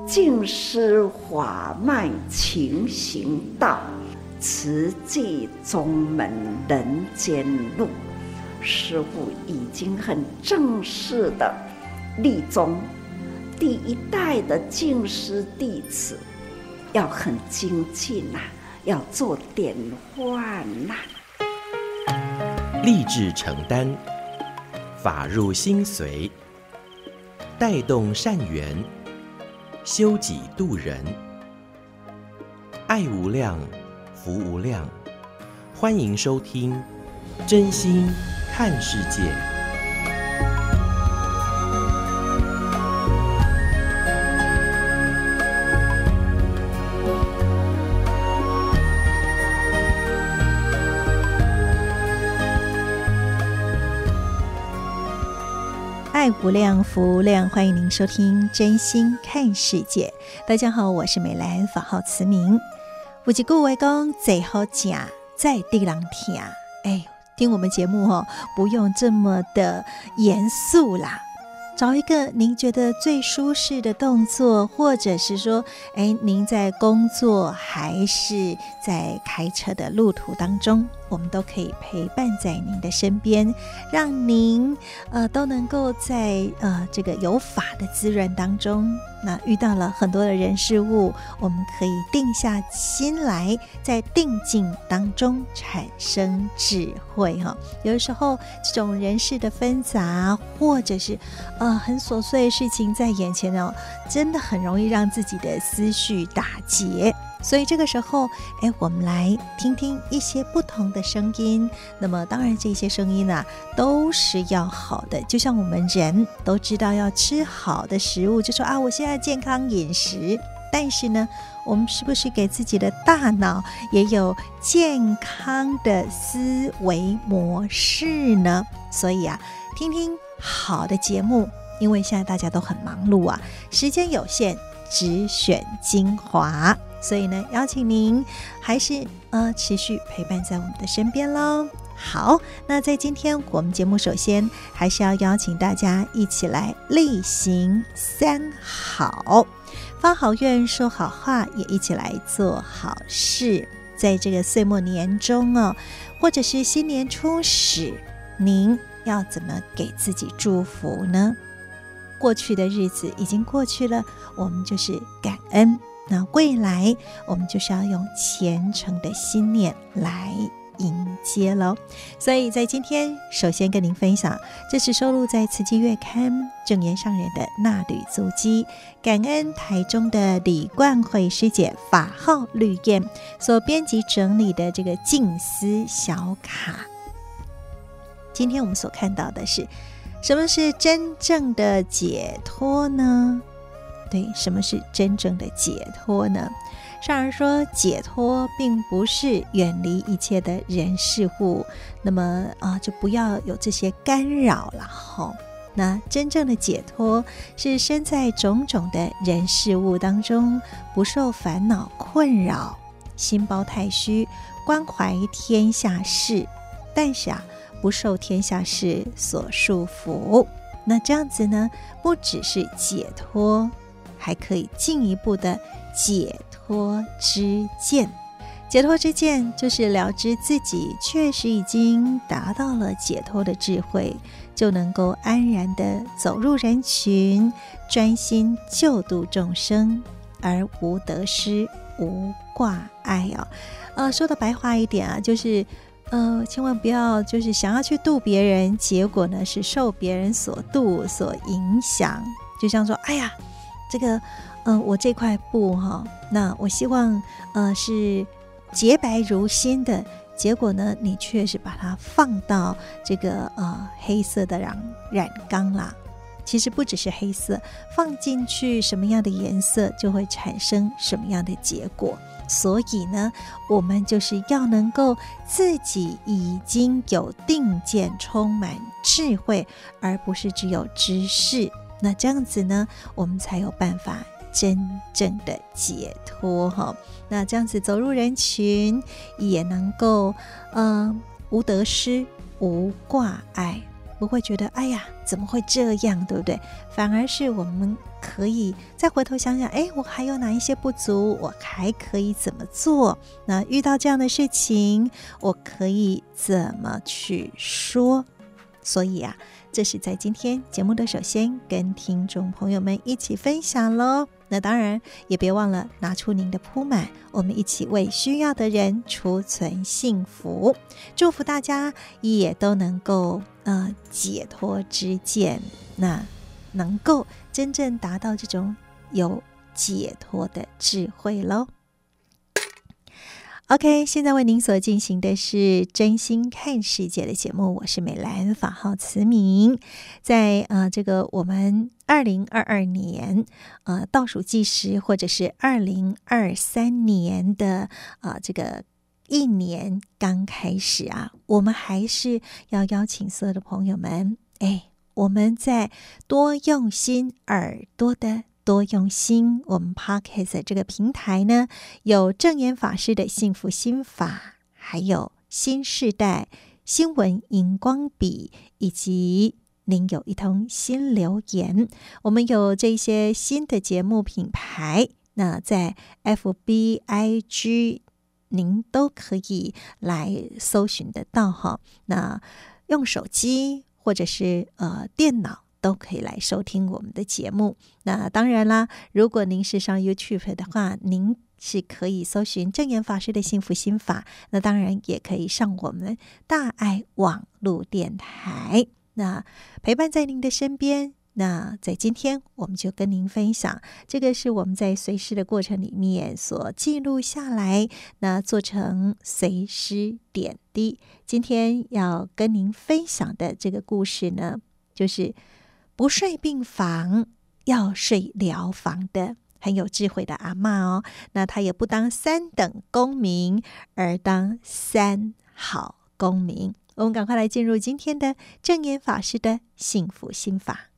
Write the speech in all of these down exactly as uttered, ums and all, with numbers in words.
尽施法脉勤行道，慈济宗门人间路。师父已经很正式的立宗，第一代的净师弟子要很精进啊，要做典范呐、 啊。立志承担，法入心随，带动善缘，修己度人，爱无量，福无量。欢迎收听《真心看世界》。 爱无量，福无量，欢迎您收听《真心看世界》。大家好，我是美兰，法号慈明。有一句话讲，最好吃，再地人听。哎，听我们节目哦，不用这么的严肃啦。找一个您觉得最舒适的动作，或者是说，哎，您在工作还是在开车的路途当中，我们都可以陪伴在您的身边，让您呃都能够在呃这个有法的滋润当中，那遇到了很多的人事物，我们可以定下心来，在定境当中产生智慧哈、哦。有的时候这种人事的纷杂，或者是呃很琐碎的事情在眼前哦，真的很容易让自己的思绪打结。所以这个时候，哎，我们来听听一些不同的声音。那么当然这些声音啊都是要好的，就像我们人都知道要吃好的食物，就说啊我现在健康饮食，但是呢我们是不是给自己的大脑也有健康的思维模式呢？所以啊，听听好的节目，因为现在大家都很忙碌啊，时间有限，只选精华，所以呢，邀请您还是呃持续陪伴在我们的身边咯。好，那在今天我们节目首先还是要邀请大家一起来例行三好，发好愿，说好话，也一起来做好事。在这个岁末年终哦，或者是新年初始，您要怎么给自己祝福呢？过去的日子已经过去了，我们就是感恩。那未来我们就是要用虔诚的心念来迎接咯。所以在今天首先跟您分享，这是收录在慈济月刊正言上人的纳履足迹，感恩台中的李冠慧师姐法号绿燕所编辑整理的这个静思小卡。今天我们所看到的是，什么是真正的解脱呢？对，什么是真正的解脱呢？上人说，解脱并不是远离一切的人事物，那么啊，就不要有这些干扰了吼。那真正的解脱是身在种种的人事物当中，不受烦恼困扰，心包太虚，关怀天下事，但是啊，不受天下事所束缚。那这样子呢，不只是解脱，还可以进一步的解脱知见。解脱知见就是了知自己确实已经达到了解脱的智慧，就能够安然的走入人群，专心救度众生，而无得失，无挂碍哦。呃，说的白话一点啊，就是呃，千万不要就是想要去度别人，结果呢是受别人所度所影响。就像说，哎呀，这个呃，我这块布哈，那我希望呃是洁白如新的，结果呢，你却是把它放到这个呃黑色的染染缸啦。其实不只是黑色，放进去什么样的颜色，就会产生什么样的结果。所以呢，我们就是要能够自己已经有定见，充满智慧，而不是只有知识。那这样子呢，我们才有办法真正的解脱哈。那这样子走入人群，也能够呃无得失，无挂碍。 不会觉得哎呀怎么会这样，对不对？反而是我们可以再回头想想，哎，我还有哪一些不足，我还可以怎么做？那遇到这样的事情，我可以怎么去说？所以啊，这是在今天节目的首先跟听众朋友们一起分享咯。那当然也别忘了拿出您的铺满，我们一起为需要的人储存幸福。祝福大家也都能够呃解脱之见，那能够真正达到这种有解脱的智慧咯。OK， 现在为您所进行的是真心看世界的节目，我是美兰，法号慈明。在呃这个我们二零二二年呃倒数计时，或者是二零二三年的呃这个一年刚开始啊，我们还是要邀请所有的朋友们，哎，我们在多用心耳朵的多用心，我们 Podcast 这个平台呢，有正言法师的幸福心法，还有新世代新闻荧光笔，以及您有一通新留言。我们有这些新的节目品牌，那在 F B I G 您都可以来搜寻得到哈。那用手机或者是呃电脑都可以来收听我们的节目。那当然啦，如果您是上 YouTube 的话，您是可以搜寻正言法师的幸福心法，那当然也可以上我们大爱网络电台，那陪伴在您的身边。那在今天我们就跟您分享，这个是我们在随诗的过程里面所记录下来，那做成随诗点滴。今天要跟您分享的这个故事呢，就是不睡病房要睡疗房的很有智慧的阿嬷哦。那她也不当三等公民，而当三好公民。我们赶快来进入今天的正言法师的幸福心法。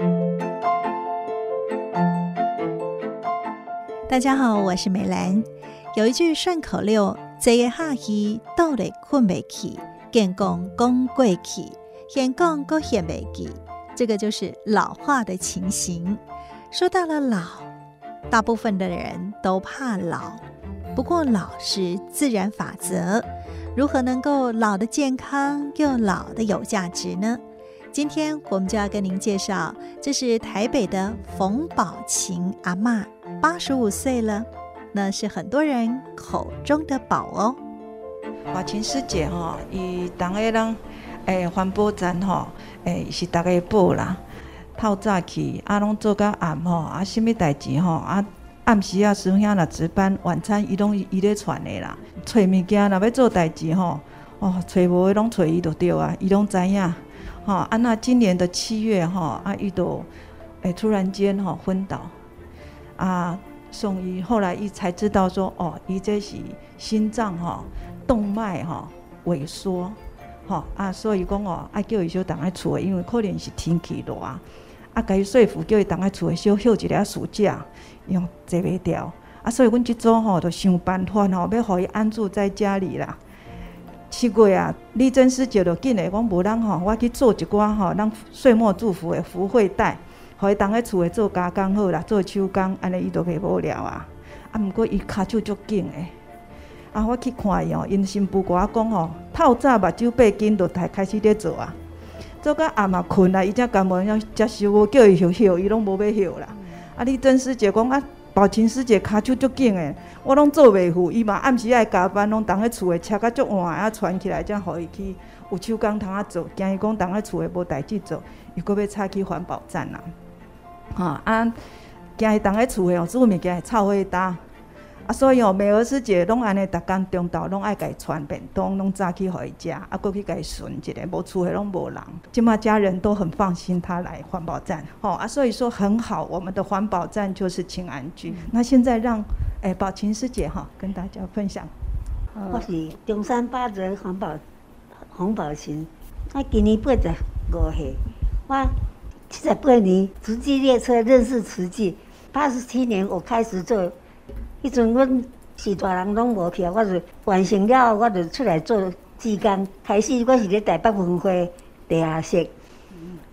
大家好，我是美兰。有一句顺口溜，坐个下去倒咧困袂去，健讲讲过去，现讲搁现袂记，这个就是老化的情形。说到了老，大部分的人都怕老，不过老是自然法则，如何能够老的健康又老的有价值呢？今天我们就要跟您介绍，这是台北的冯宝琴阿嬷，八十五岁了，那是很多人口中的宝哦。 宝琴师姐吼，伊当个人诶环保站吼，诶是大家报啦。透早起啊，拢做到暗吼，啊，什么代志吼，啊，暗时啊，师兄若值班，晚餐伊拢伊咧传的啦。找物件若要做代志吼，哦，找无的拢找伊就对啊，伊拢知影。吼、哦、啊，那今年的七月吼、哦、啊，伊就诶突然间吼、哦、昏倒啊，送医，后来伊才知道说，哦，伊这是心脏吼、哦、动脉吼、哦、萎缩，吼、哦、啊，所以讲哦，爱叫伊小当在厝诶，因为可能是天气热啊，啊，甲伊说服叫伊当在厝诶，小休一个暑假，用坐袂掉啊，所以阮即组吼就想办法吼，要互伊安住在家里啦。七月啊，丽珍师姐就紧诶，讲无人吼，我去做一寡吼，咱岁末祝福诶福慧带，互伊当咧厝诶做加工好啦，做手工，安尼伊就袂无聊啊。啊，毋过伊骹手足紧诶，啊，我去看伊哦，因新妇甲我讲吼，透早目睭闭紧就开始咧做啊，做到暗嘛困啦，伊才甘无要接受我叫伊休休，伊拢无要休啦。啊，丽珍师姐讲啊。宝琴师姐骹手足紧诶，我拢做袂赴，伊嘛暗时爱加班，拢当咧厝诶，车甲足晚啊，传起来才互伊去有手工通啊做。惊伊讲当咧厝诶无代志做，伊阁要插去环保站啦。吼、哦、啊，惊伊当咧厝诶哦，做物件会臭火焦啊，所以哦，美娥师姐拢安尼，逐工中昼拢爱甲伊传便当，拢早起互伊食，啊，阁去甲伊巡一下，无厝诶拢无人。即马家人都很放心他来环保站，吼、哦、啊，所以说很好，我们的环保站就是清安居。嗯、那现在让诶宝琴师姐哈、哦、跟大家分享。 我是中山八泽环保洪宝琴，我今年八十五岁，我七十八年慈济列车认识慈济，八十七年我开始做。迄阵阮是大人拢无票，我就完成了，我就出来做志工。开始我是咧台北文化地下室，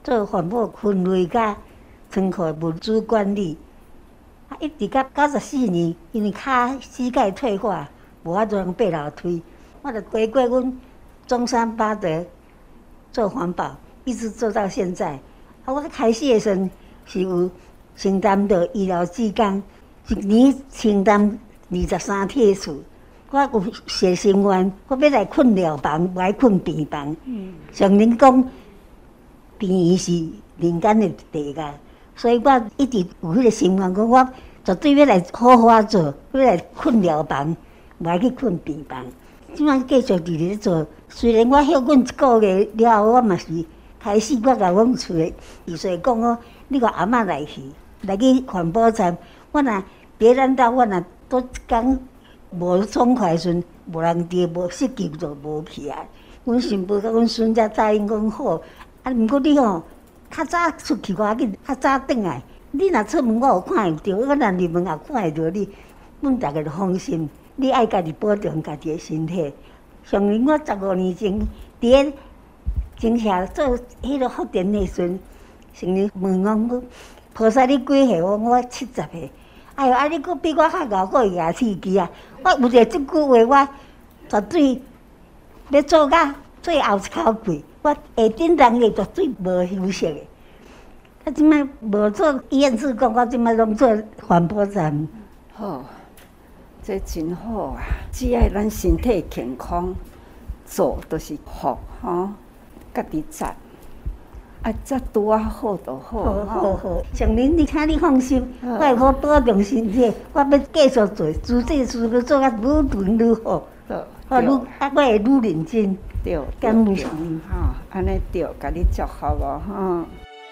做环保分类甲仓库物资管理，啊，一直到九十四年，因为骹膝盖退化，无法度通爬楼梯，我就回归阮中山八德做环保，一直做到现在。啊，我开始的时阵是有承担着医疗志工，一年承担二十三梯次。我有写心愿，我要来困疗房，无爱困病房。嗯，上人讲，病院是人间的地界，所以我一直有迄个心愿，讲我绝对要来好好做，要来困疗房，无爱去困病房。即摆继续伫咧做，虽然我休困一个月了后，我嘛是开始我甲阮厝的二岁讲哦，你甲阿嬷来去，来去环保站，我若别人到我若倒一工。无爽快时阵，无人伫，无失救就无去啊。阮新妇甲阮孙才答应讲好，啊，毋过你吼较早出去外紧，较早转来。你若出门，我有看会着；我若入门也看会着你。阮逐个就放心。你爱家己保重家己的身体。上年我十五年前伫咧警社做迄个福田的时阵，上年问我菩萨你几岁？我我七十岁。哎呦！啊，你佫比我较敖，佫会牙刺机啊！我有一个即句话，我绝对要做到最后一口气。我下顶人个绝对无休息的。啊，即摆无做医院志工，我即摆拢做环保站。 好，这真好啊！只要咱身体健康，做都是福吼，家己赚。啊，这拄啊好就好。好好好， 上年你看你放心，我会好保重身体，我要继续做，自这事要做啊愈做愈好。好，愈啊我会愈认真。 对， 感恩上年。 吼，安尼对，甲你祝福哦，吼。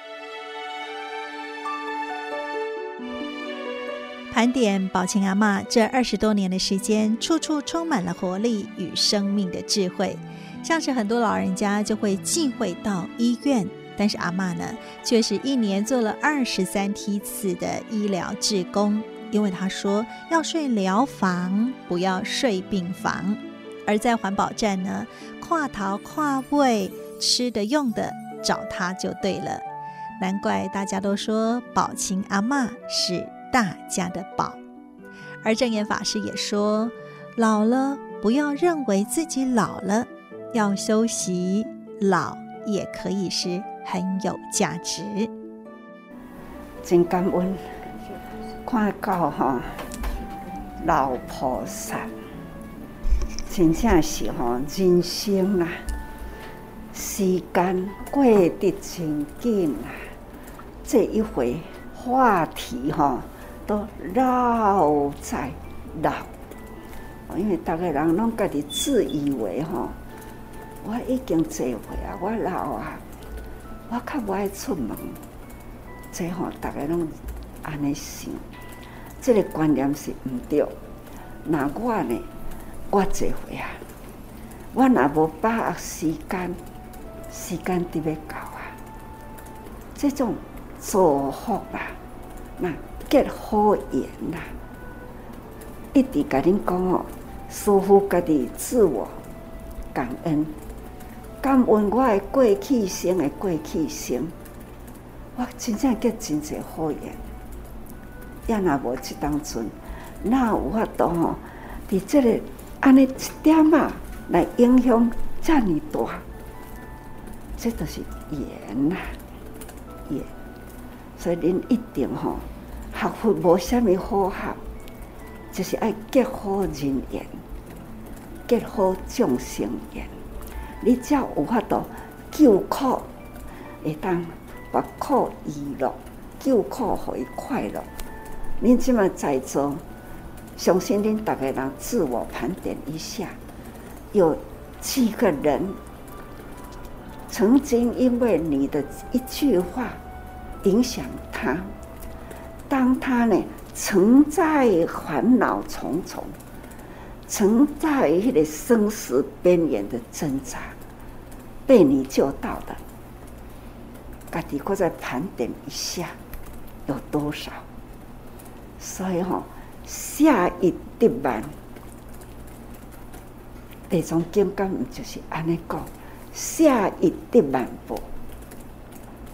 盘点宝琴阿嬷这二十多年的时间，处处充满了活力与生命的智慧。像是很多老人家就会忌讳到医院。但是阿嬷呢，却是一年做了二十三梯次的医疗志工，因为她说要睡疗房，不要睡病房。而在环保站呢，跨桃跨位，吃的用的找她就对了。难怪大家都说宝琴阿嬷是大家的宝。而正言法师也说，老了不要认为自己老了，要休息，老也可以是很有价值。 真感恩，看到吼老菩萨，真正是吼人生啦，时间过得真紧啦。这一回话题吼都绕在老，因为大家人拢家己自以为吼，我已经坐岁啊，我老啊。我较无爱出门，这吼大家拢安尼想，这个观念是毋对。那我呢，我坐岁啊，我若无把握时间，时间伫要到啊。这种祝福啦，那结好缘啦，一直甲恁讲哦，师父家己自我感恩。感恩我的过去生的过去生，我真正结真侪好缘。也若无即当阵，哪有法度吼？伫即个安尼一点啊，来影响遮尔大，这都是缘呐，缘。所以恁一定吼，学佛无啥物好学，就是爱结好人缘，结好众生缘。你才有法度救苦，会当把苦医乐，救苦互伊快乐。恁即马在座，相信恁大家人自我盘点一下，有几个人曾经因为你的一句话影响他，当他呢曾在烦恼重重。曾在迄个生死边缘的挣扎，被你救到的，家己搁再盘点一下，有多少？所以吼、哦，下一得万，地藏经讲毋就是安尼讲，下一得万步，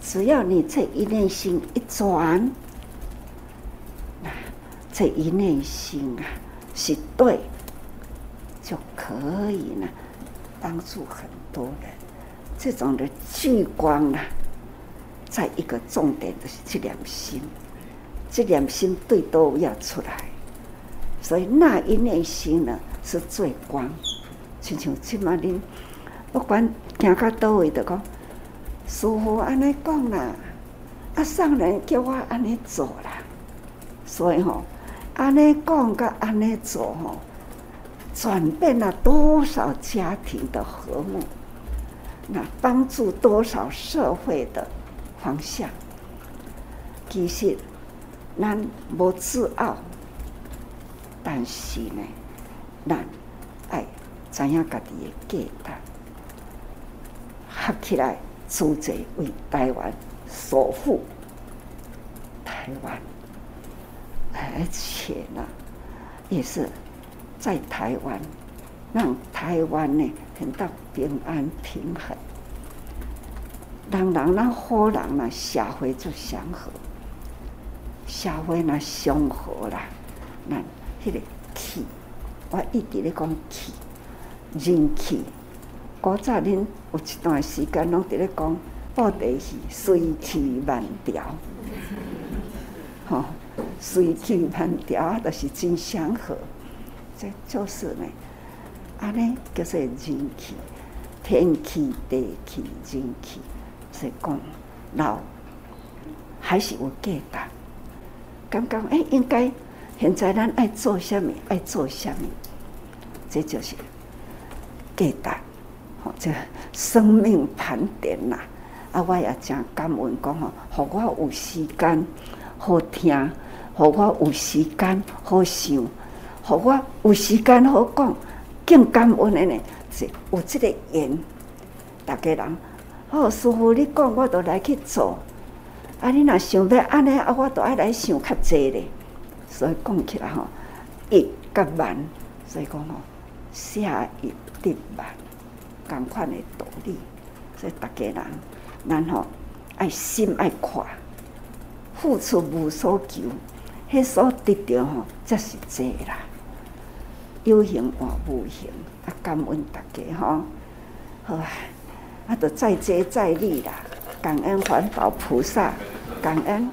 只要你这一念心一转，那这一念心啊是对，就可以呢帮助很多人。这种的聚光啊，在一个重点就是这两心，这两心对都要出来，所以那一念心呢是最光。亲像即马恁不管行到倒位，就讲师父安尼讲啦，啊上人叫我安尼做啦，所以吼安尼讲跟安尼做吼，转变了多少家庭的和睦，那帮助多少社会的方向。其实咱无自傲，但是呢，咱爱知影家己的价值，合起来组织为台湾守护台湾，而且呢，也是在台湾让台湾呢很到平安平衡，人人那好人那社会就祥和，社会那祥和啦，咱迄个气，我一直咧讲气，人气。古早恁有一段时间拢伫咧讲布袋戏，随气万条，吼、哦，随气万条啊，就是真祥和。这就是呢，安尼叫做人气，天气、地气、人气。所以讲，老还是有价值。感觉诶，应该现在咱爱做啥物，爱做啥物，这就是价值。吼、哦，这生命盘点啦。啊，我也真感恩讲吼，互我有时间好听，互我有时间好想，互我有时间好讲，更感恩的呢，是有这个缘，大家人。哦，师父你讲，我就来去做。啊，你若想要安尼，啊，我就爱来想较济咧。所以讲起来吼，一甲万，所以讲吼，下一得万，同款的道理。所以大家人，咱吼爱心爱快，付出无所求，迄所得到吼，才是济啦。有形换无形，啊，感恩大家吼，好啊。啊，就再接再厉啦！感恩环保菩萨，感恩。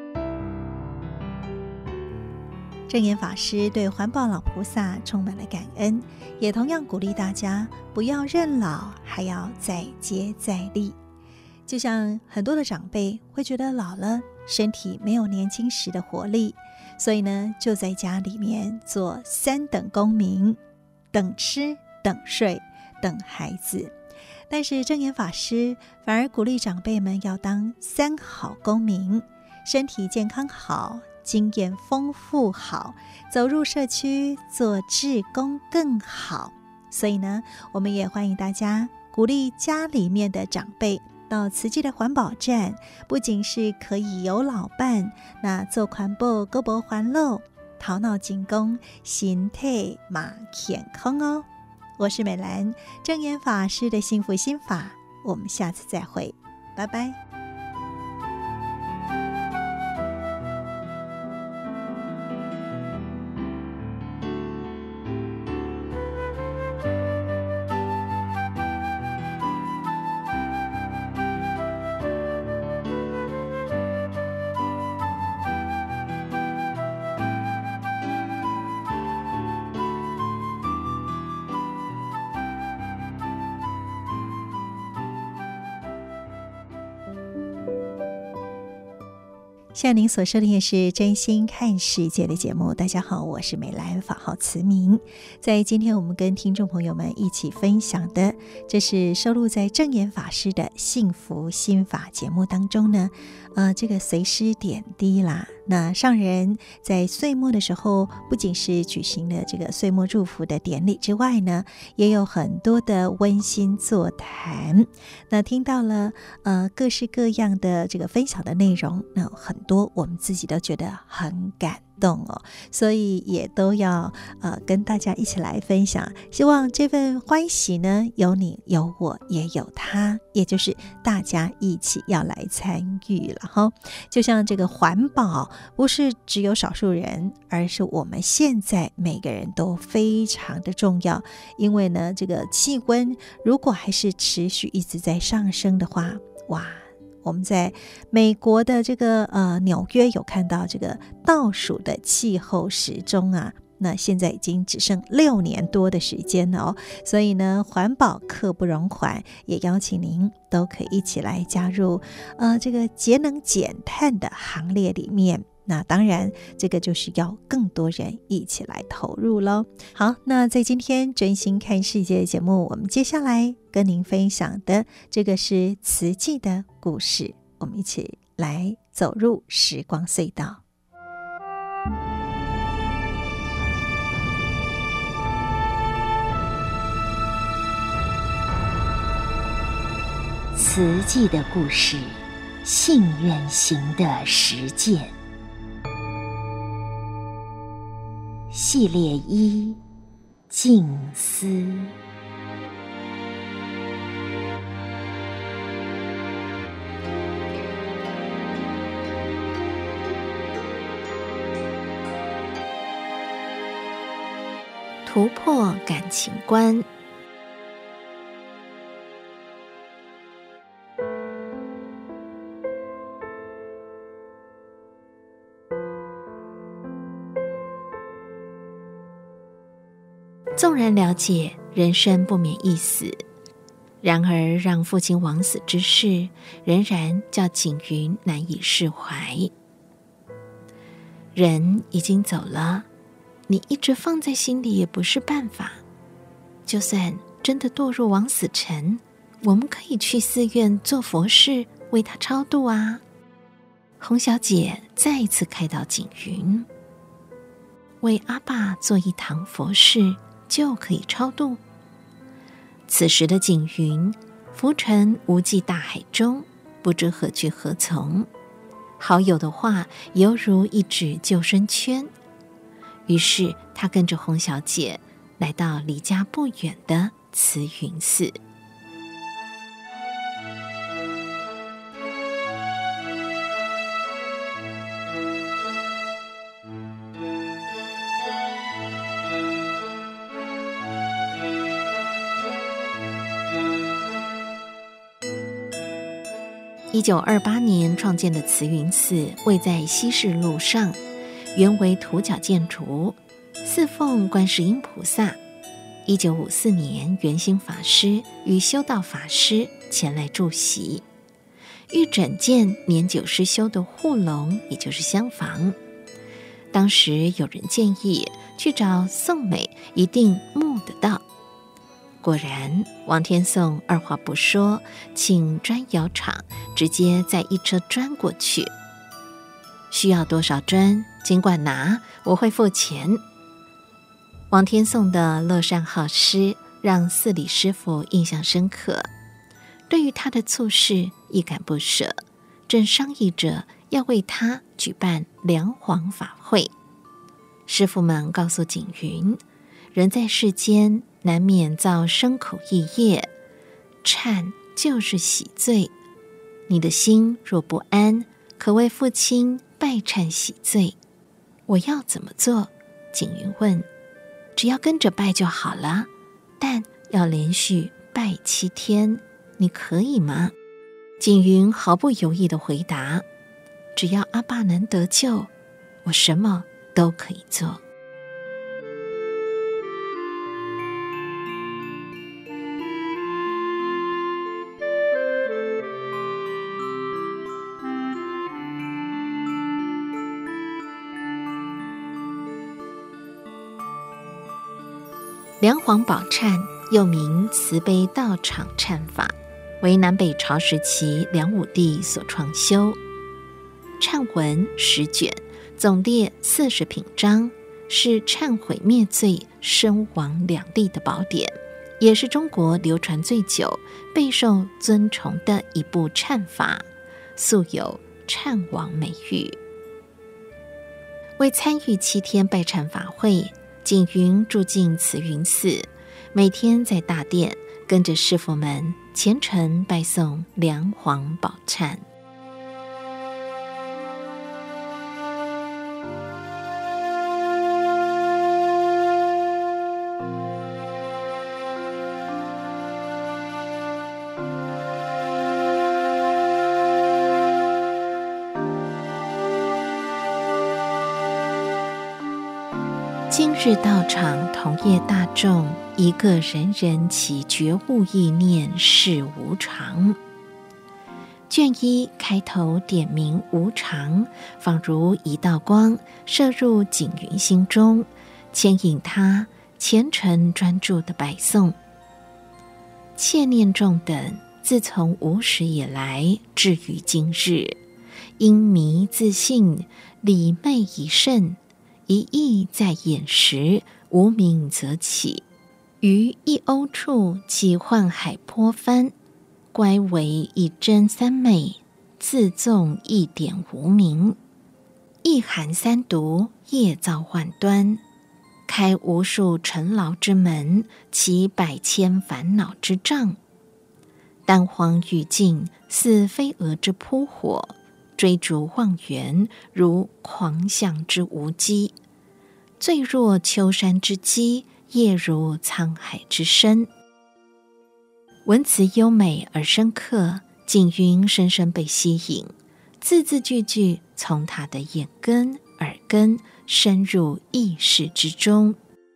证严法师对环保老菩萨充满了感恩，也同样鼓励大家不要认老，还要再接再厉。就像很多的长辈会觉得老了，身体没有年轻时的活力，所以呢，就在家里面做三等公民：等吃、等睡、等孩子。但是证严法师反而鼓励长辈们要当三好公民，身体健康好，经验丰富好，走入社区做志工更好。所以呢，我们也欢迎大家鼓励家里面的长辈到慈济的环保站，不仅是可以有老伴，那做环保胳膊环路，头脑精工，身体嘛健康哦。我是美兰，证严法师的幸福心法，我们下次再会，拜拜。现在您所收听的是真心看世界的节目。大家好，我是美兰，法号慈明。在今天我们跟听众朋友们一起分享的，这是收录在证严法师的幸福心法节目当中呢，呃，这个随师点滴啦。那上人在岁末的时候，不仅是举行了这个岁末祝福的典礼之外呢，也有很多的温馨座谈。那听到了呃各式各样的这个分享的内容，那很多我们自己都觉得很感动哦，所以也都要呃跟大家一起来分享。希望这份欢喜呢，有你有我也有他，也就是大家一起要来参与了哈。就像这个环保不是只有少数人，而是我们现在每个人都非常的重要。因为呢，这个气温如果还是持续一直在上升的话，哇，我们在美国的这个呃纽约有看到这个倒数的气候时钟啊，那现在已经只剩六年多的时间了哦。所以呢，环保刻不容缓，也邀请您都可以一起来加入呃这个节能减碳的行列里面。那当然，这个就是要更多人一起来投入咯。好，那在今天真心看世界的节目，我们接下来跟您分享的这个是慈济的故事，我们一起来走入时光隧道。 慈济的故事，信愿行的实践。系列一：静思。 突破感情观。纵然了解人生不免一死，然而让父亲枉死之事，仍然叫景云难以释怀。人已经走了，你一直放在心里也不是办法。就算真的堕入枉死城，我们可以去寺院做佛事，为他超度啊。洪小姐再一次开导景云，为阿爸做一堂佛事就可以超度。此时的景云浮沉无际大海中，不知何去何从。好友的话犹如一指救生圈，于是他跟着洪小姐来到离家不远的慈云寺。一九二八年创建的慈云寺位在西市路上，原为土脚建筑，侍奉观世音菩萨。一九五四年，圆心法师与修道法师前来住席，欲整建年久失修的护龙，也就是厢房。当时有人建议去找宋美，一定募得到。果然，王天颂二话不说，请砖窑厂直接载一车砖过去。需要多少砖，尽管拿，我会付钱。王天颂的乐善好施，让寺里师父印象深刻，对于他的处事一感不舍，正商议着要为他举办梁皇法会。师父们告诉景云，人在世间难免造身口意业，忏就是洗罪。你的心若不安，可为父亲拜忏洗罪。我要怎么做？景云问。只要跟着拜就好了，但要连续拜七天，你可以吗？景云毫不犹豫地回答，只要阿爸能得救，我什么都可以做。梁皇宝忏又名慈悲道场忏法，为南北朝时期梁武帝所创修。忏文十卷，总列四十品章，是忏悔灭罪、身亡两利的宝典，也是中国流传最久、备受尊崇的一部忏法，素有忏王美誉。 为参与七天拜忏法会，景云住进慈云寺，每天在大殿跟着师父们虔诚拜诵梁皇宝忏。今日道场同业大众，一个人人其觉悟意念是无常。卷一开头点明无常，仿如一道光射入景云心中，牵引他虔诚专注的拜诵。切念众等自从无始以来至于今日，因迷自信，理昧已甚，一意在眼时，无名则起，于一欧处起幻海波翻，乖为一真三昧，自纵一点无名，一含三毒，业造万端，开无数尘劳之门，起百千烦恼之障。丹黄欲尽，似飞蛾之扑火，追逐望源，如狂象之无稽。最若秋山之积，夜如沧海之深。文辞优美而深刻，景云深深被吸引，字字句句从他的眼根、耳根深入意识之中。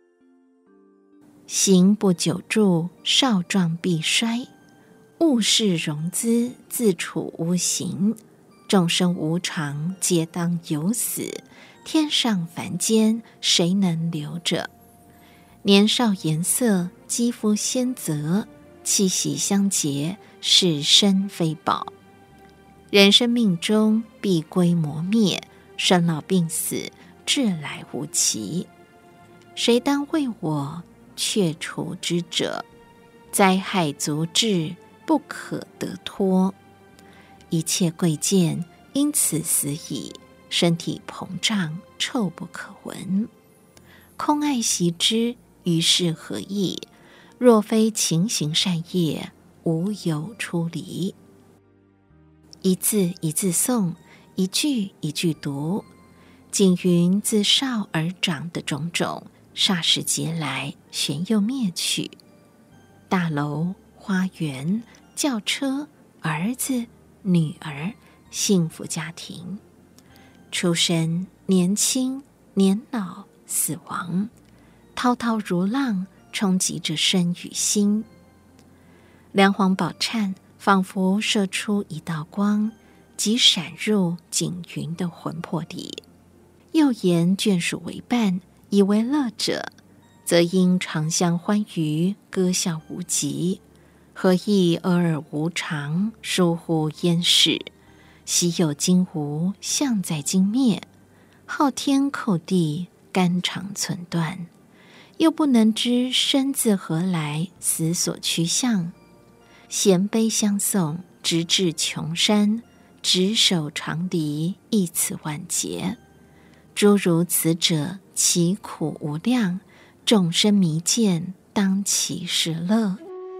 行不久住，少壮必衰。物是容资，自处无形。众生无常，皆当有死。天上凡间，谁能留着？年少颜色，肌肤鲜泽，气息相结，是身非宝。人生命中必归磨灭，生老病死，至来无期。谁当为我却除之者？灾害足至，不可得脱。一切贵贱，因此死矣。身体膨胀，臭不可闻。空爱习之，于是何益？若非勤行善业，无有出离。一字一字诵，一句一句读，景云自少而长的种种，霎时节来，旋又灭去。大楼、花园、轿车、儿子、女儿，幸福家庭。出生、年轻、年老、死亡，滔滔如浪，冲击着身与心。梁皇宝忏仿佛射出一道光，即闪入景云的魂魄里。又言眷属为伴，以为乐者，则因常相欢娱，歌笑无极。何以尔尔无常，疏忽焉是？昔有今无，相在今灭，昊天叩地，肝肠寸断，又不能知生自何来，死所趋向。衔悲相送，直至穷山，执手长离，亦此万劫。诸如此者，其苦无量，众生迷见，当其是乐。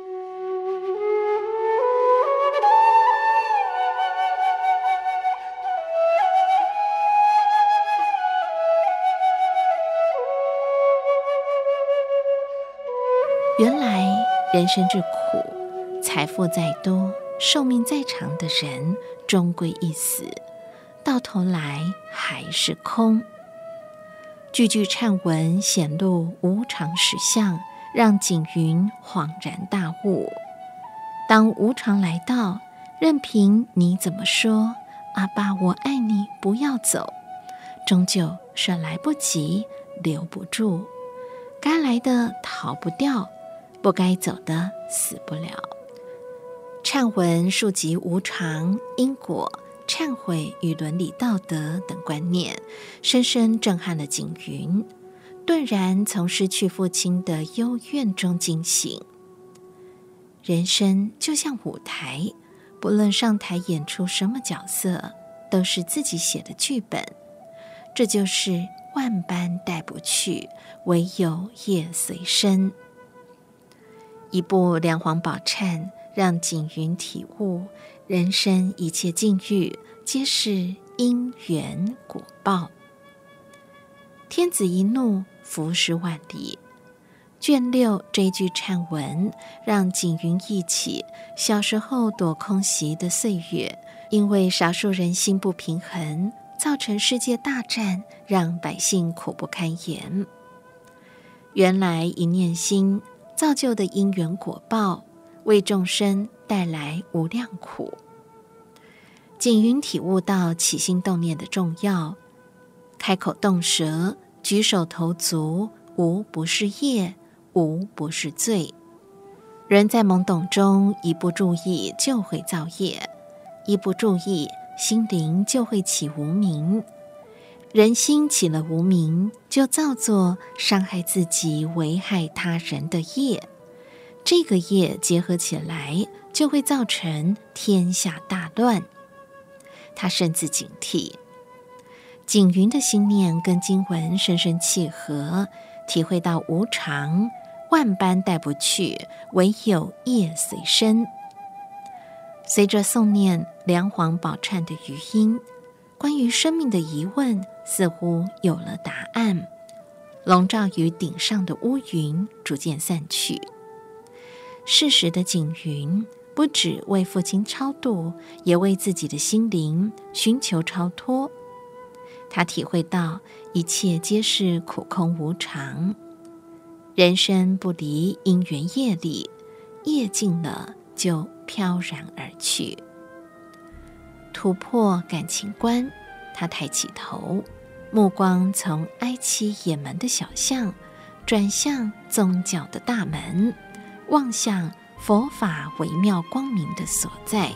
原来人生之苦，财富再多，寿命再长的人，终归一死，到头来还是空。句句忏文显露无常实相，让景云恍然大悟。当无常来到，任凭你怎么说，阿爸我爱你，不要走，终究是来不及，留不住。该来的逃不掉，不该走的死不了。忏文述及无常、因果、忏悔与伦理道德等观念，深深震撼了景云，顿然从失去父亲的幽怨中惊醒。人生就像舞台，不论上台演出什么角色，都是自己写的剧本。这就是万般带不去，唯有业随身。一部梁皇宝忏，让景云体悟人生一切境遇皆是因缘果报。天子一怒，浮尸万里。卷六这一句忏文，让景云忆起小时候躲空袭的岁月，因为少数人心不平衡，造成世界大战，让百姓苦不堪言。原来一念心造就的因缘果报，为众生带来无量苦。景云体悟到起心动念的重要，开口动舌，举手投足，无不是业，无不是罪。人在懵懂中，一不注意就会造业，一不注意，心灵就会起无明。人心起了无明，就造作伤害自己、危害他人的业。这个业结合起来，就会造成天下大乱。他深自警惕。景云的心念跟经文深深契合，体会到无常，万般带不去，唯有业随身。随着诵念梁皇宝忏的余音，关于生命的疑问似乎有了答案，笼罩于顶上的乌云逐渐散去。适时的景云不只为父亲超度，也为自己的心灵寻求超脱。他体会到一切皆是苦空无常，人生不离因缘业力，业尽了就飘然而去。突破感情关，他抬起头，目光从哀戚掩门的小巷转向宗教的大门，望向佛法微妙光明的所在。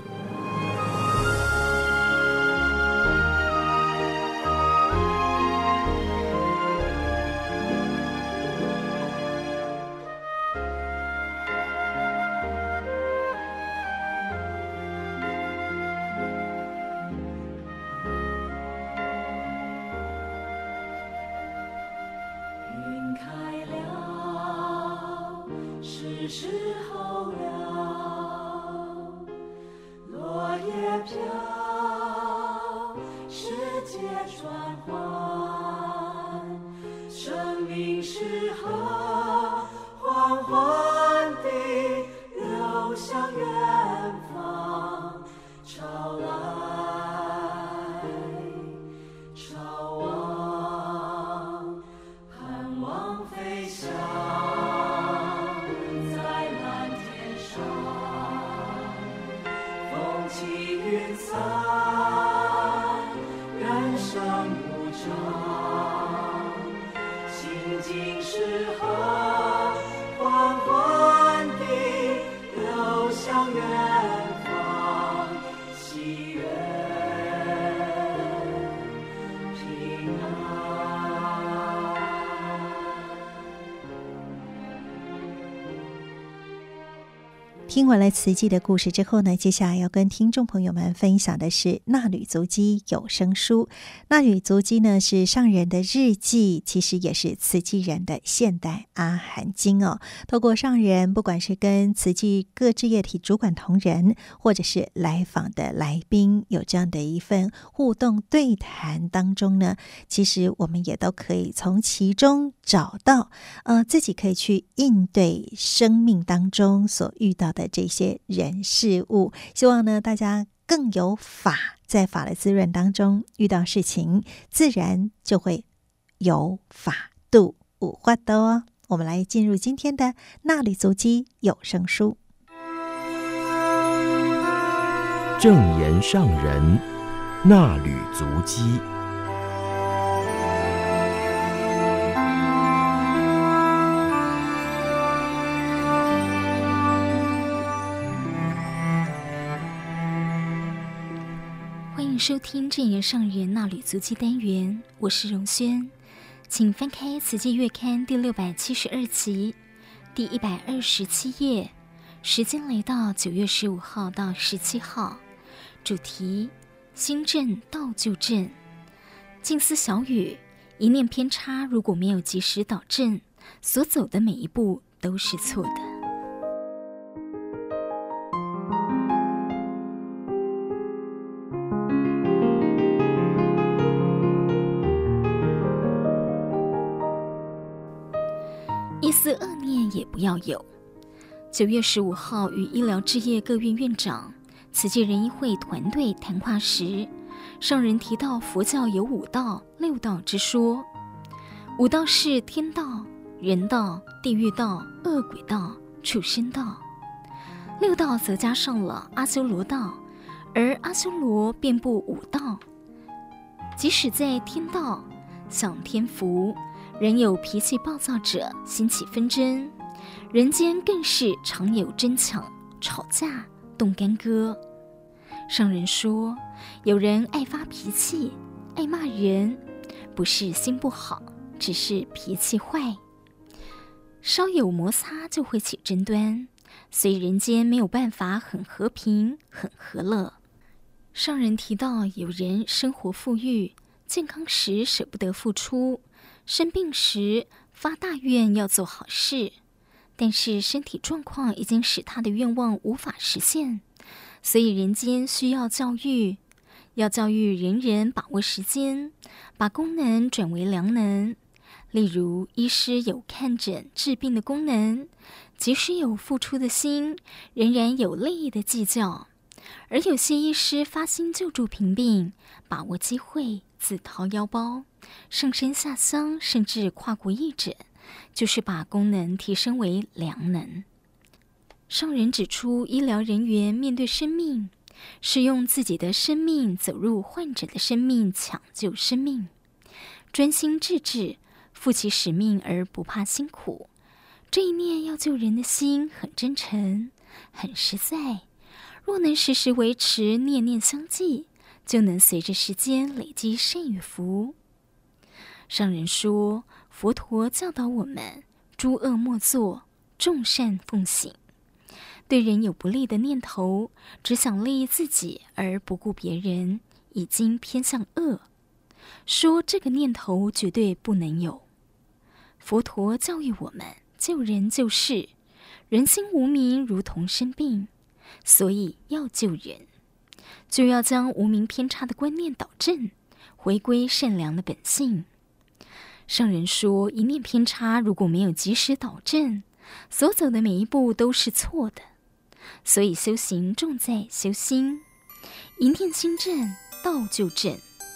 时候了，落叶飘，世界转换，生命是河，缓缓地流向远方，潮来潮往，盼望飞翔。云散，人生无常，心境是河，缓缓地流向远方，喜悦平安。 听完了慈济的故事之后呢，接下来要跟听众朋友们分享的是纳履足迹有声书。纳履足迹呢是上人的日记，其实也是慈济人的现代阿含经哦。透过上人不管是跟慈济各志业体主管同仁，或者是来访的来宾，有这样的一份互动对谈当中呢，其实我们也都可以从其中找到呃自己可以去应对生命当中所遇到的的这些人事物，希望呢大家更有法，在法的滋润当中遇到事情自然就会有法度有法度哦。我们来进入今天的纳履足迹有声书。 正言上人纳履足迹。 收听正言上人纳履足迹单元，我是荣轩，请翻开《慈济月刊》第六百七十二期第一百二十七页，时间来到九月十五号到十七号，主题新政道旧政，静思小语， 一念偏差如果没有及时导正，所走的每一步都是错的。一丝恶念也不要有。九月十五号与医疗志业各院院长、慈济人医会团队谈话时，上人提到佛教有五道、六道之说。五道是天道、人道、地狱道、恶鬼道、畜生道。六道则加上了阿修罗道，而阿修罗遍布五道。即使在天道享天福，仍有脾气暴躁者兴起纷争，人间更是常有争抢、吵架、动干戈。上人说，有人爱发脾气、爱骂人，不是心不好，只是脾气坏。稍有摩擦就会起争端，所以人间没有办法很和平、很和乐。上人提到，有人生活富裕，健康时舍不得付出，生病时发大愿要做好事，但是身体状况已经使他的愿望无法实现，所以人间需要教育，要教育人人把握时间，把功能转为良能。例如，医师有看诊治病的功能，即使有付出的心，仍然有利益的计较。而有些医师发心救助贫病，把握机会，自掏腰包，上山下乡，甚至跨国义诊，就是把功能提升为良能。上人指出，医疗人员面对生命，是用自己的生命走入患者的生命，抢救生命，专心致志，负起使命而不怕辛苦。这一念要救人的心很真诚，很实在。若能时时维持，念念相继，就能随着时间累积善与福。上人说，佛陀教导我们，诸恶莫作，众善奉行。对人有不利的念头，只想利益自己而不顾别人，已经偏向恶。说这个念头绝对不能有。佛陀教育我们救人救世，人心无明如同生病，所以要救人，就要将无明偏差的观念导正，回归善良的本性。上人说，一念偏差如果没有及时导正，所走的每一步都是错的。所以修行重在修心，一念心正，道就正。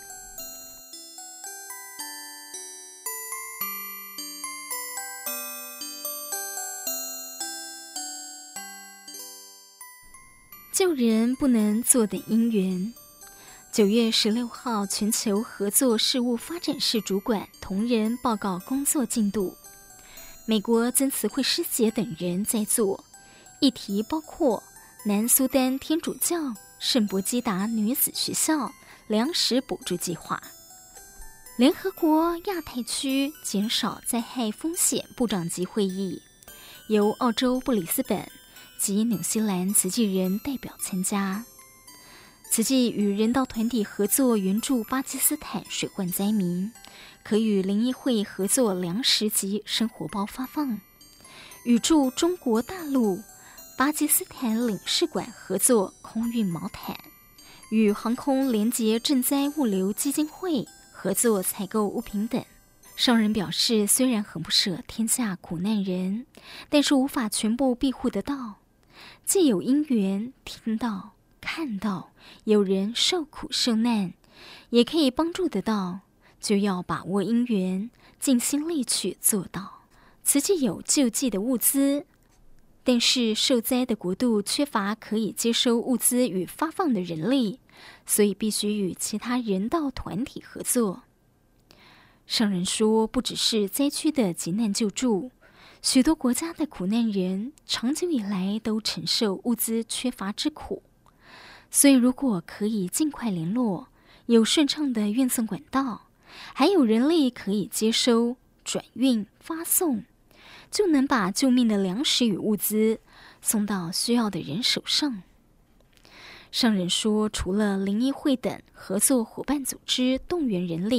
救人不能坐等因缘。九月十六号，全球合作事务发展室主管同仁报告工作进度。美国曾慈慧师姐等人在做，议题包括南苏丹天主教圣伯基达女子学校粮食补助计划，联合国亚太区减少灾害风险部长级会议，由澳洲布里斯本及纽西兰慈济人代表参加。慈济与人道团体合作援助巴基斯坦水患灾民，可与灵医会合作粮食及生活包发放，与驻中国大陆巴基斯坦领事馆合作空运毛毯，与航空联结赈灾物流基金会合作采购物品等。上人表示，虽然很不舍天下苦难人，但是无法全部庇护得到。既有因缘听到看到有人受苦受难，也可以帮助得到，就要把握因缘，尽心力去做到。慈济有救济的物资，但是受灾的国度缺乏可以接收物资与发放的人力，所以必须与其他人道团体合作。上人说，不只是灾区的急难救助，许多国家的苦难人长久以来都承受物资缺乏之苦，所以如果可以尽快联络，有顺畅的运送管道，还有人力可以接收、转运、发送，就能把救命的粮食与物资送到需要的人手上。上人说，除了灵医会等合作伙伴组织动员人力，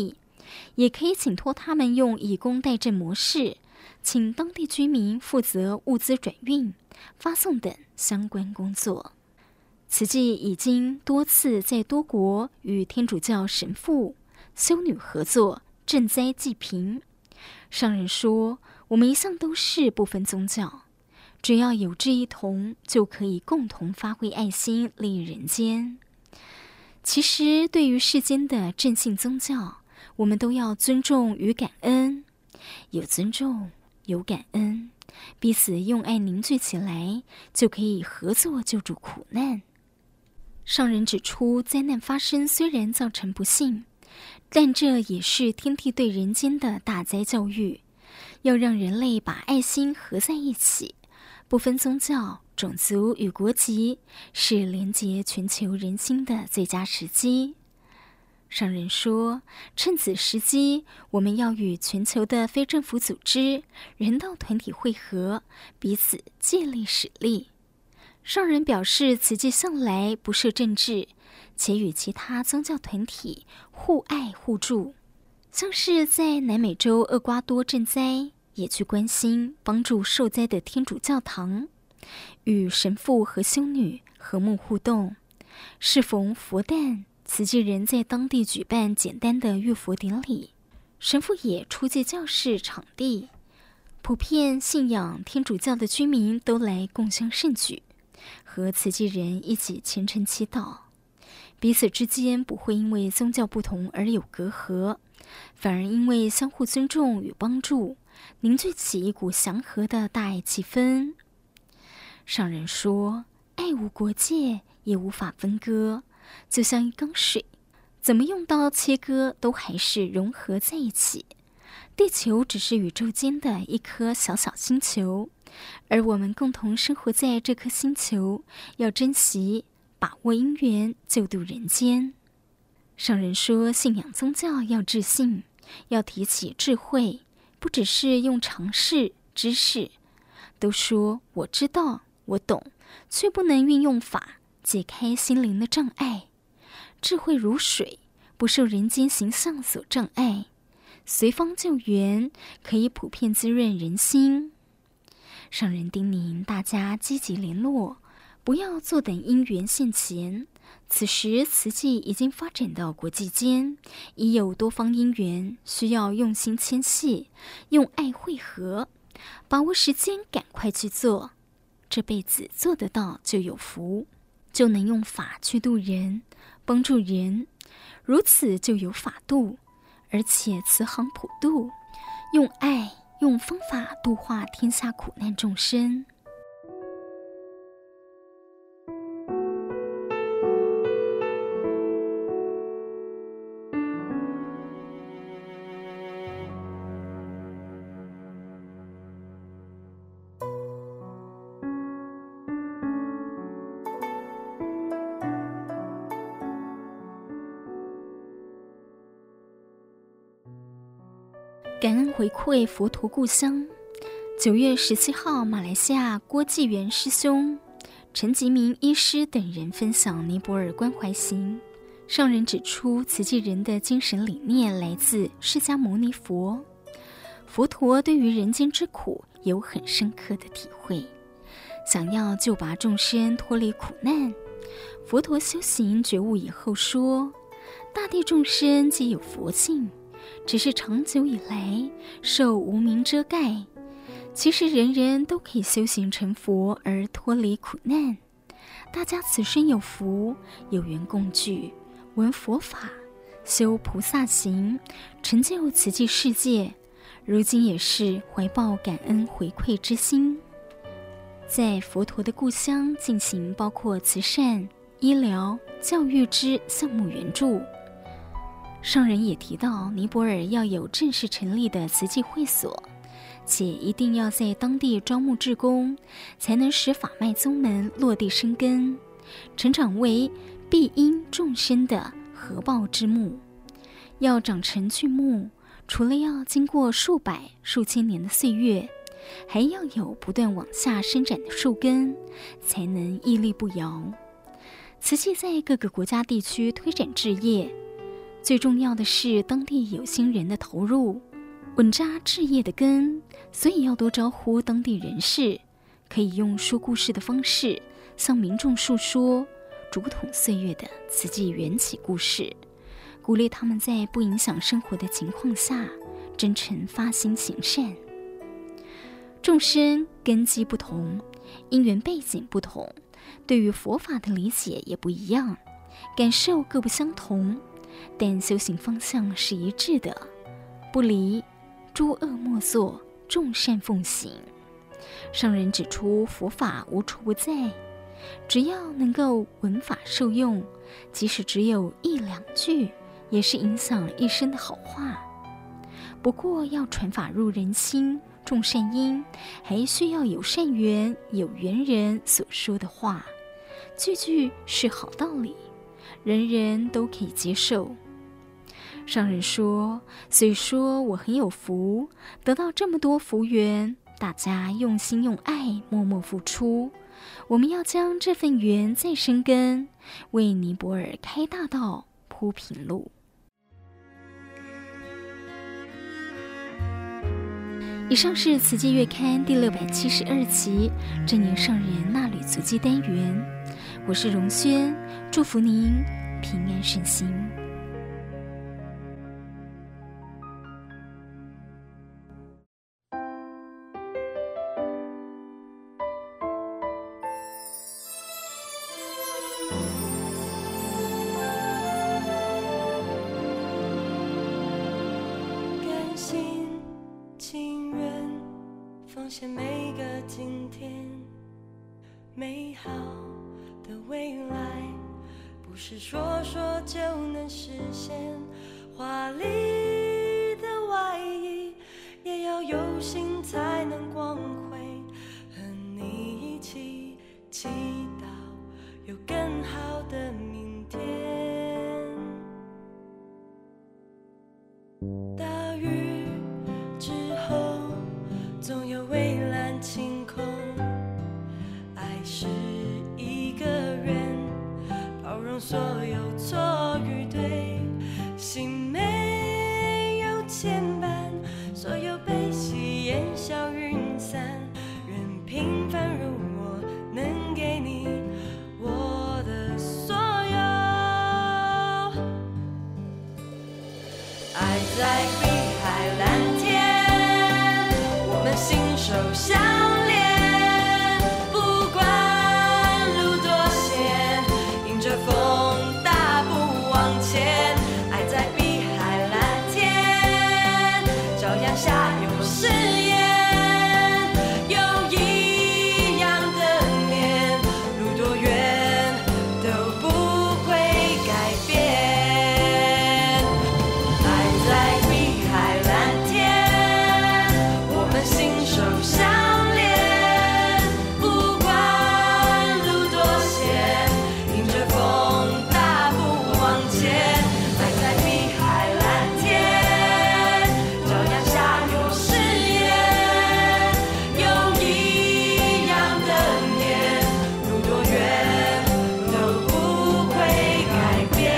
也可以请托他们用以工代赈模式，请当地居民负责物资转运、发送等相关工作。慈济已经多次在多国与天主教神父、修女合作赈灾济贫。上人说，我们一向都是不分宗教，只要有志一同，就可以共同发挥爱心，利益人间。其实对于世间的正信宗教，我们都要尊重与感恩，有尊重有感恩，彼此用爱凝聚起来，就可以合作救助苦难。上人指出，灾难发生虽然造成不幸，但这也是天地对人间的大灾教育，要让人类把爱心合在一起，不分宗教、种族与国籍，是连结全球人心的最佳时机。上人说，趁此时机，我们要与全球的非政府组织、人道团体会合，彼此借力使力。上人表示，慈济向来不设政治，且与其他宗教团体互爱互助，像是在南美洲厄瓜多赈灾，也去关心帮助受灾的天主教堂，与神父和修女和睦互动。适逢佛诞，慈济人在当地举办简单的浴佛典礼，神父也出借教室场地，普遍信仰天主教的居民都来共襄盛举，和慈济人一起虔诚祈祷，彼此之间不会因为宗教不同而有隔阂，反而因为相互尊重与帮助，凝聚起一股祥和的大爱气氛。上人说，爱无国界，也无法分割，就像一缸水，怎么用刀切割都还是融合在一起。地球只是宇宙间的一颗小小星球，而我们共同生活在这颗星球，要珍惜把握因缘，救度人间。上人说，信仰宗教要自信，要提起智慧，不只是用常识知识，都说我知道我懂，却不能运用法解开心灵的障碍。智慧如水，不受人间形象所障碍，随方救援，可以普遍滋润人心。上人叮咛大家积极联络，不要坐等因缘现前。此时慈济已经发展到国际间，已有多方因缘，需要用心牵系，用爱汇合，把握时间，赶快去做。这辈子做得到就有福，就能用法去度人，帮助人，如此就有法度，而且慈航普度，用爱用方法度化天下苦难众生。感恩回馈佛陀故乡。九月十七号，马来西亚郭继元师兄、陈吉明医师等人分享尼泊尔关怀行。上人指出，慈济人的精神理念来自释迦牟尼佛，佛陀对于人间之苦有很深刻的体会，想要救拔众生脱离苦难。佛陀修行觉悟以后说，大地众生皆有佛性，只是长久以来受无明遮盖，其实人人都可以修行成佛而脱离苦难。大家此生有福，有缘共聚，闻佛法，修菩萨行，成就慈济世界，如今也是怀抱感恩回馈之心，在佛陀的故乡进行包括慈善、医疗、教育之项目援助。上人也提到，尼泊尔要有正式成立的慈济会所，且一定要在当地招募志工，才能使法脉宗门落地生根，成长为庇荫众生的合抱之木。要长成巨木，除了要经过数百数千年的岁月，还要有不断往下伸展的树根，才能屹立不摇。慈济在各个国家地区推展志业， 最重要的是当地有心人的投入，稳扎置业的根，所以要多招呼当地人士，可以用说故事的方式向民众述说竹筒岁月的慈济缘起故事，鼓励他们在不影响生活的情况下真诚发心行善。众生根基不同，因缘背景不同，对于佛法的理解也不一样，感受各不相同，但修行方向是一致的，不离诸恶莫作，众善奉行。上人指出，佛法无处不在，只要能够闻法受用，即使只有一两句，也是影响一生的好话。不过要传法入人心，种善因，还需要有善缘、有缘人所说的话，句句是好道理，人人都可以接受。上人说，虽说我很有福，得到这么多福缘，大家用心用爱，默默付出，我们要将这份缘再生根，为尼泊尔开大道，铺平路。以上是慈济月刊第六百七十二期正言上人纳履足迹单元，我是荣轩，祝福您平安顺心。 甘心情愿奉献每个今天，美好的未来不是说说就能实现，华丽的外衣也要有心才能光辉，和你一起祈祷有更好的明天。大雨之后总有蔚蓝晴空，爱是一个圆，包容所有错与对，心没有牵绊，所有悲喜烟消云散，任平凡如我能给你我的所有，爱在碧海蓝天，我们心手相连，不管路多险，迎着风大步往前，爱在碧海蓝天，朝阳下有誓言，有一样的脸，路多远都不会改变，爱在碧海蓝天，我们心手相连，不管路多险，迎着风大步往前，爱在碧海蓝天，朝阳下有誓言，有一样的脸，路多远都不会改变。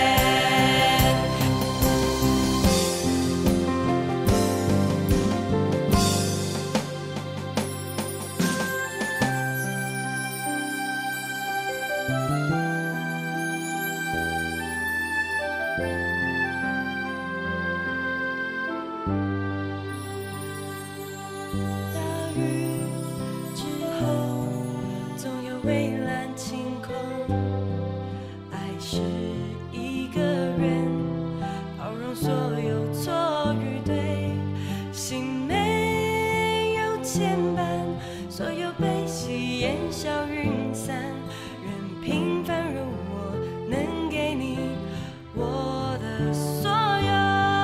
大雨之后总有蔚蓝晴空，爱是一个圆，包容所有错与对，心没有牵绊，所有悲喜烟消云散，任平凡如我能给你我的所有，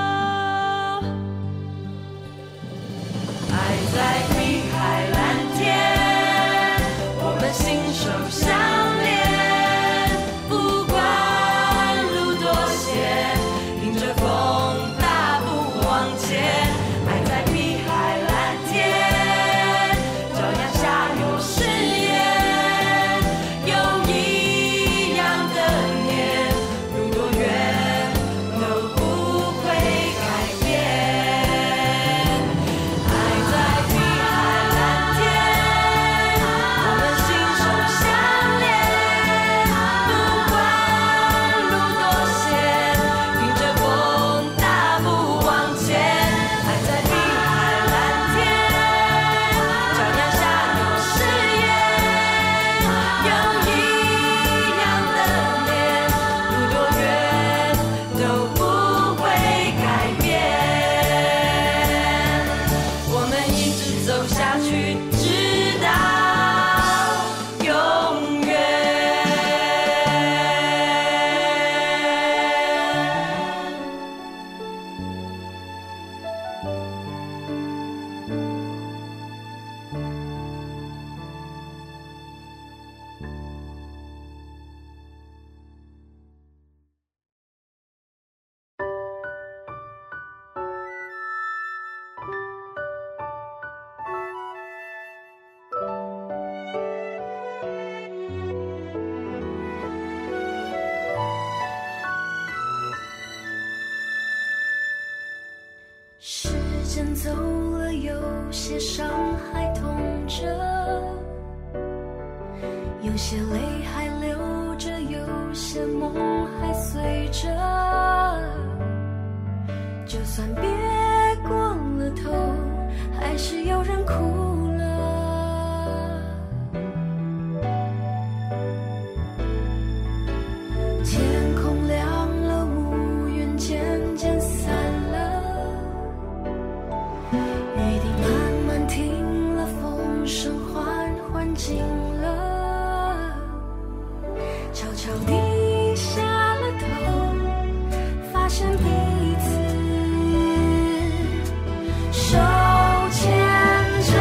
爱在碧海蓝天，我们心手相连，不管路多险，迎着风大步往前，爱在碧海蓝天，朝阳下有誓言，有一样的脸，路多远都时间走了，有些伤还痛着，有些泪还流着，有些梦还碎着。就算别过了头，还是有人哭了。天空亮了，乌云渐渐散了，雨滴慢慢停了，风声缓缓静了，悄悄地下了头，发现彼此手牵着，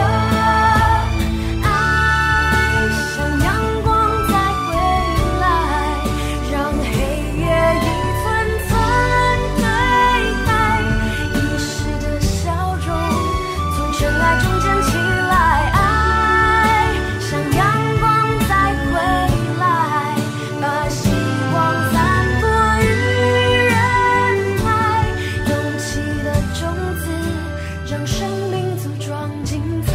爱像阳光再回来，让黑夜一寸寸推开，遗失的笑容从尘埃中捡起来，爱像阳光再回来，把希望散播于人海，勇气的种子让生命组装精彩，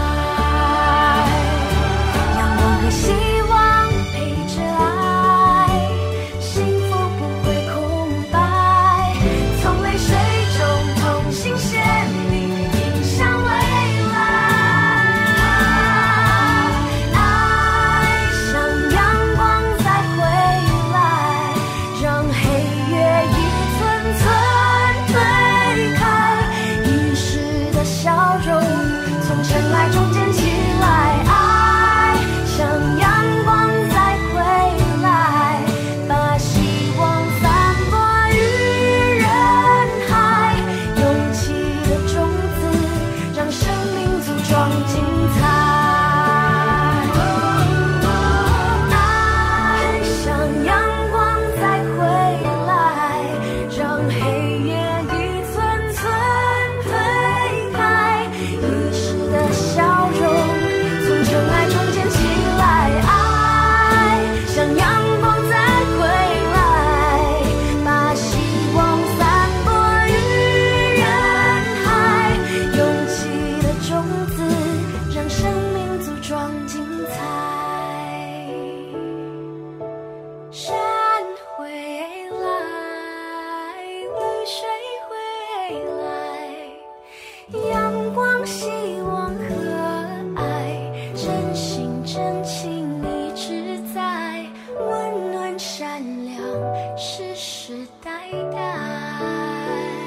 阳光和希望陪着爱，幸福不会空白，从泪水中同心协力迎向未来，爱像阳光再回来，让黑夜一寸寸推开，遗失的笑容从尘埃中捡起来，爱像阳光再回来，把希望散播于人海，勇气的种子让生命组装精彩，爱像阳光再回来，让黑夜一寸寸推开，遗失的笑容从尘埃中捡起来，爱像阳光再回来，把希望散播于人海，勇气的种子让生命组装精彩。山回来，绿水回来，阳光、希望和爱，真心真情一直在，温暖善良，世世代代。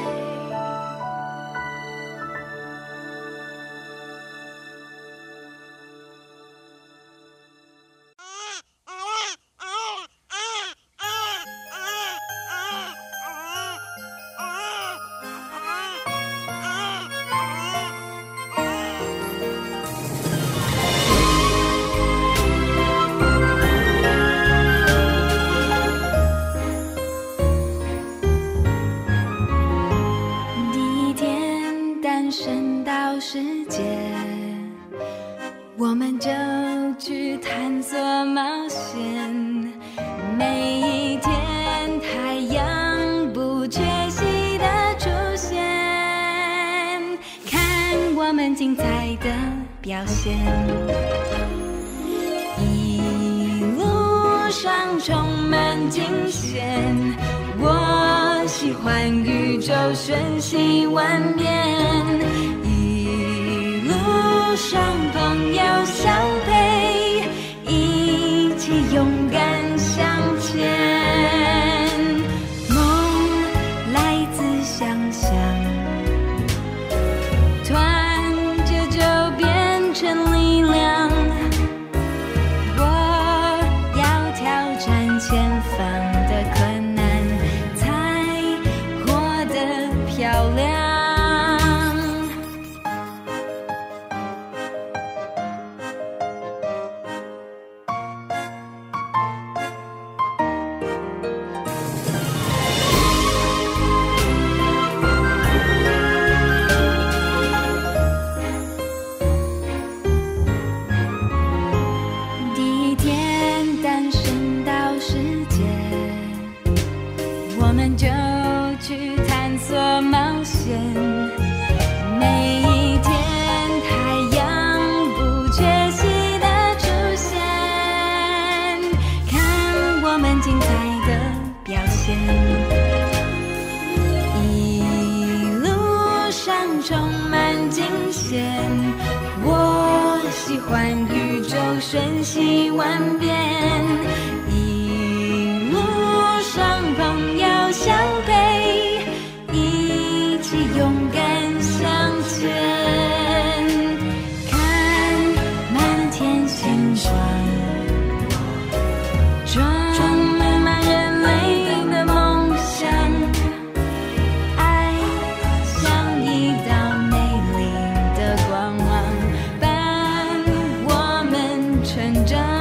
第一天诞生到世界，我们就去探索冒险，每一天太阳不缺席的出现，看我们精彩的表现，一路上充满惊险，我喜欢宇宙瞬息万变，一路上朋友相陪，一起勇敢向前，梦来自想象，团结就变成力量，我要挑战前方的困难，才活得漂亮。 充满惊险。我喜欢宇宙瞬息万变，一路上朋友相陪，一起勇敢向前。看满天星光，装满人类的梦想，爱像一道美丽的光芒，伴我们成长。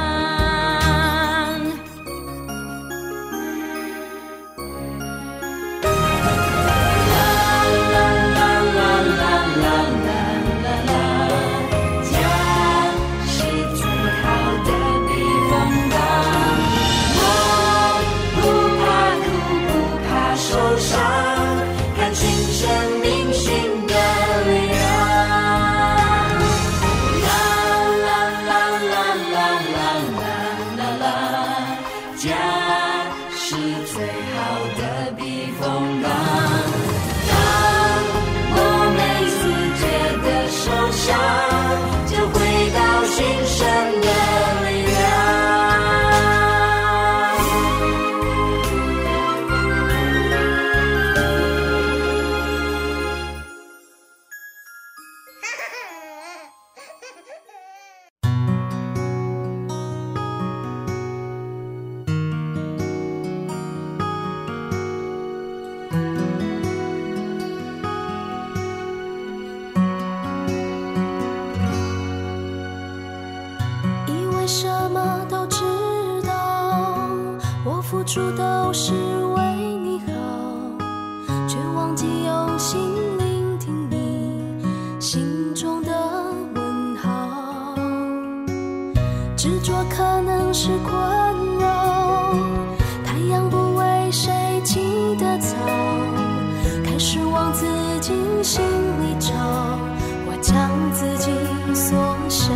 付出都是为你好，却忘记用心聆听你心中的问号。执着可能是困扰，太阳不为谁起的草，开始往自己心里找，我将自己缩小。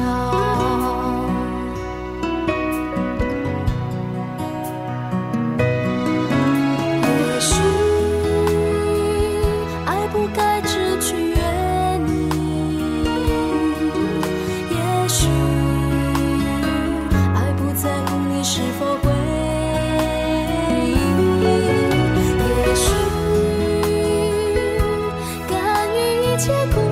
结果